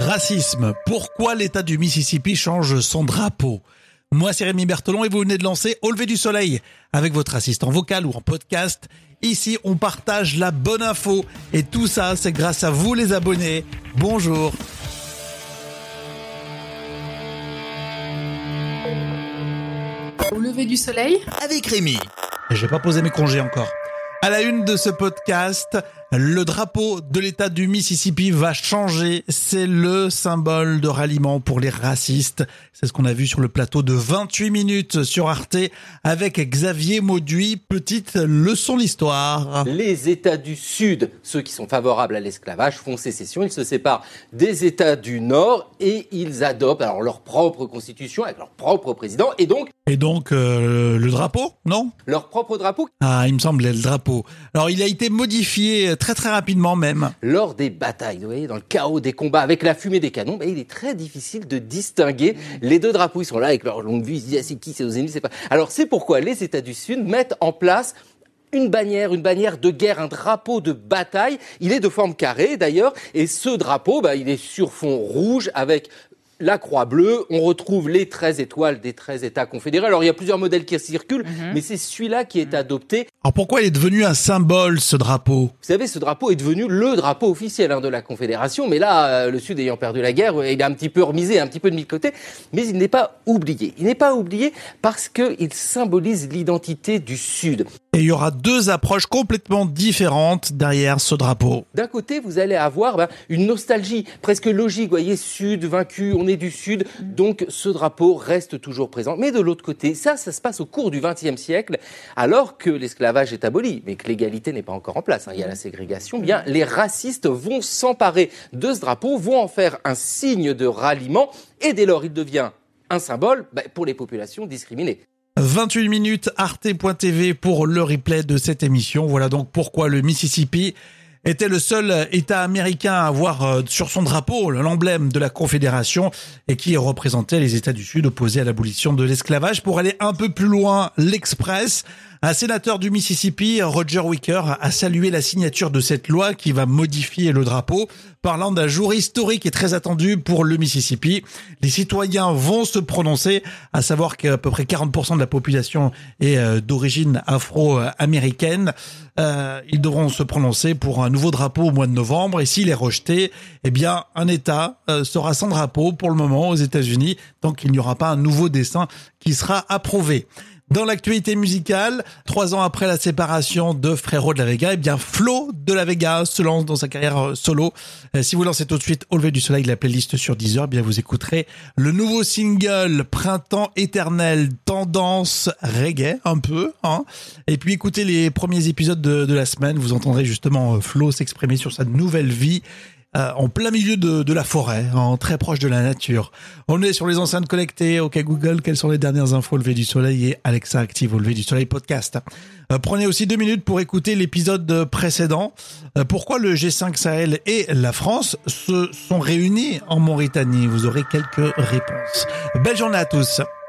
Racisme. Pourquoi l'État du Mississippi change son drapeau ? Moi, c'est Rémi Berthelon et vous venez de lancer Au lever du soleil avec votre assistant vocal ou en podcast. Ici, on partage la bonne info et tout ça, c'est grâce à vous les abonnés. Bonjour. Au lever du soleil avec Rémi. J'ai pas posé mes congés encore. À la une de ce podcast, le drapeau de l'État du Mississippi va changer. C'est le symbole de ralliement pour les racistes. C'est ce qu'on a vu sur le plateau de 28 minutes sur Arte avec Xavier Mauduit. Petite leçon d'histoire. Les États du Sud, ceux qui sont favorables à l'esclavage, font sécession. Ils se séparent des États du Nord et ils adoptent alors leur propre constitution avec leur propre président et donc le drapeau, non ? Leur propre drapeau. Ah, il me semblait le drapeau. Alors, il a été modifié très rapidement même. Lors des batailles, vous voyez, dans le chaos des combats, avec la fumée des canons, il est très difficile de distinguer les deux drapeaux. Ils sont là avec leur longue vue, ils se disent, c'est qui, c'est aux ennemis, c'est pas... Alors, c'est pourquoi les États du Sud mettent en place une bannière de guerre, un drapeau de bataille. Il est de forme carrée, d'ailleurs, et ce drapeau, il est sur fond rouge avec la croix bleue. On retrouve les 13 étoiles des 13 États confédérés. Alors, il y a plusieurs modèles qui circulent, mais c'est celui-là qui est adopté. Alors, pourquoi il est devenu un symbole, ce drapeau ? Vous savez, ce drapeau est devenu le drapeau officiel de la Confédération. Mais là, le Sud ayant perdu la guerre, il est un petit peu remisé, un petit peu de mis de côté. Mais il n'est pas oublié. Il n'est pas oublié parce qu'il symbolise l'identité du Sud. Et il y aura deux approches complètement différentes derrière ce drapeau. D'un côté, vous allez avoir une nostalgie presque logique. Vous voyez, Sud, vaincu, on est du Sud. Donc, ce drapeau reste toujours présent. Mais de l'autre côté, ça se passe au cours du XXe siècle, alors que l'esclavage est aboli, mais que l'égalité n'est pas encore en place. Il y a la ségrégation. Bien, les racistes vont s'emparer de ce drapeau, vont en faire un signe de ralliement. Et dès lors, il devient un symbole pour les populations discriminées. 28 minutes, arte.tv pour le replay de cette émission. Voilà donc pourquoi le Mississippi était le seul État américain à avoir sur son drapeau l'emblème de la Confédération et qui représentait les États du Sud opposés à l'abolition de l'esclavage. Pour aller un peu plus loin, l'Express, un sénateur du Mississippi, Roger Wicker, a salué la signature de cette loi qui va modifier le drapeau, parlant d'un jour historique et très attendu pour le Mississippi. Les citoyens vont se prononcer, à savoir qu'à peu près 40% de la population est d'origine afro-américaine. Ils devront se prononcer pour un nouveau drapeau au mois de novembre et s'il est rejeté, un État sera sans drapeau pour le moment aux États-Unis tant qu'il n'y aura pas un nouveau dessin qui sera approuvé. Dans l'actualité musicale, 3 ans après la séparation de Frérot de la Vega, Flo de la Vega se lance dans sa carrière solo. Si vous lancez tout de suite Au lever du soleil, la playlist sur Deezer, vous écouterez le nouveau single Printemps éternel, tendance reggae un peu, Et puis écoutez les premiers épisodes de la semaine, vous entendrez justement Flo s'exprimer sur sa nouvelle vie. En plein milieu de la forêt, très proche de la nature. On est sur les enceintes connectées. OK Google, quelles sont les dernières infos au lever du soleil et Alexa active au lever du soleil podcast. Prenez aussi 2 minutes pour écouter l'épisode précédent. Pourquoi le G5 Sahel et la France se sont réunis en Mauritanie ? Vous aurez quelques réponses. Belle journée à tous.